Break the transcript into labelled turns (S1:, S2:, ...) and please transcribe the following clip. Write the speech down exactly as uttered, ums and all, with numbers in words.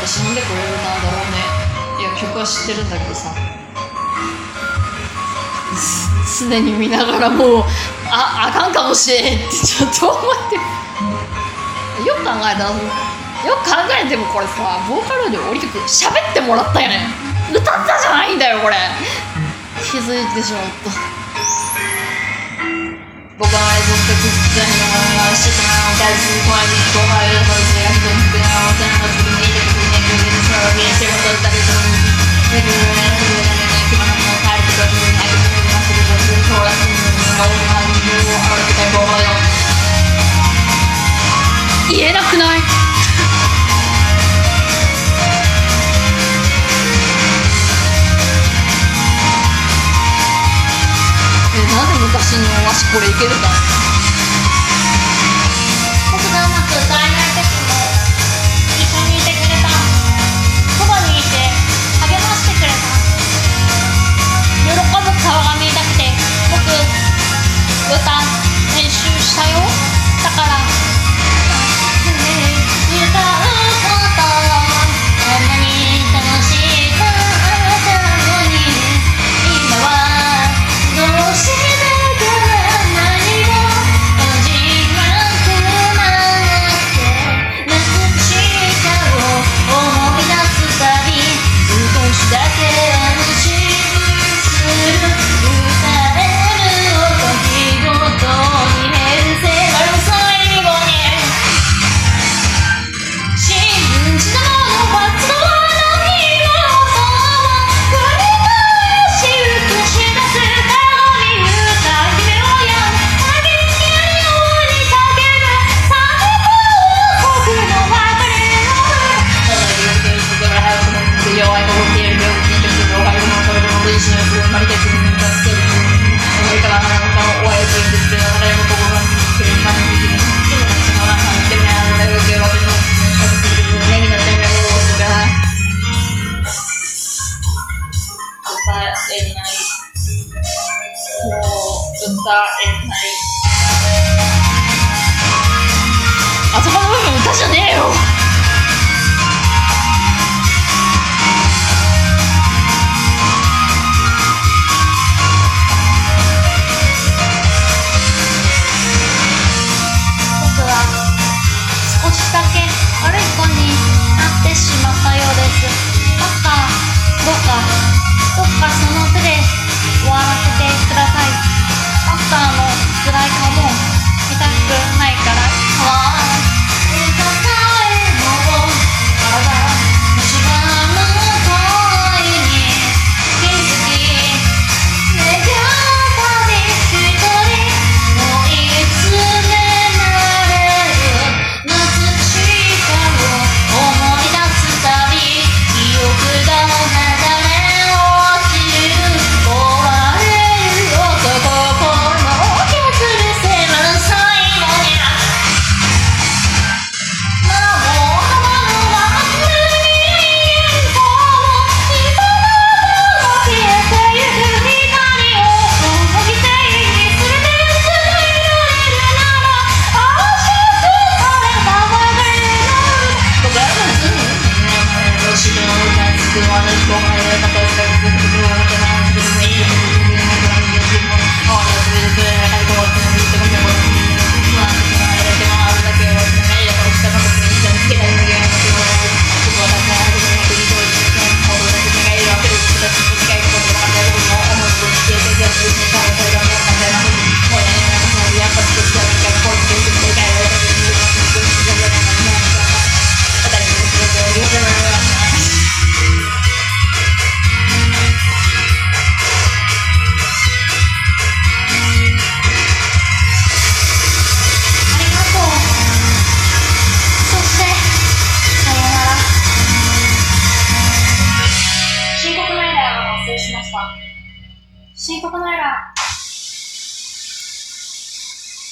S1: 私なんでこれ歌うんだろうね。いや曲は知ってるんだけどさ、すでに見ながらもうああかんかもしれんってちょっと思ってよく考えたらよく考えてもこれさボーカロイド降りてくる喋ってもらったよね。歌ったじゃないんだよこれ。気づいてしまった。僕はずっとくっついのものをしてしまう。大事に怖いに後輩をこいつが人にくれない大人の自分にいてくれないくれないそう見えしてることだけどめぐるめぐるめくまなものを変えることにないくるまってることにそうらしいのに顔が自分を歩きたいボーカロイド言えなくない？なんで昔のわしこれいけるか。
S2: 僕がうまく歌えない時も一緒にいてくれた。そばにいて励ましてくれた。喜ぶ顔が見たくて僕歌練習したよ。だから歌うことあんなに楽しかったのに今はどうして
S1: あそこの部分歌じゃねえよ。
S2: 僕は少しだけ悪い子になってしまったようです。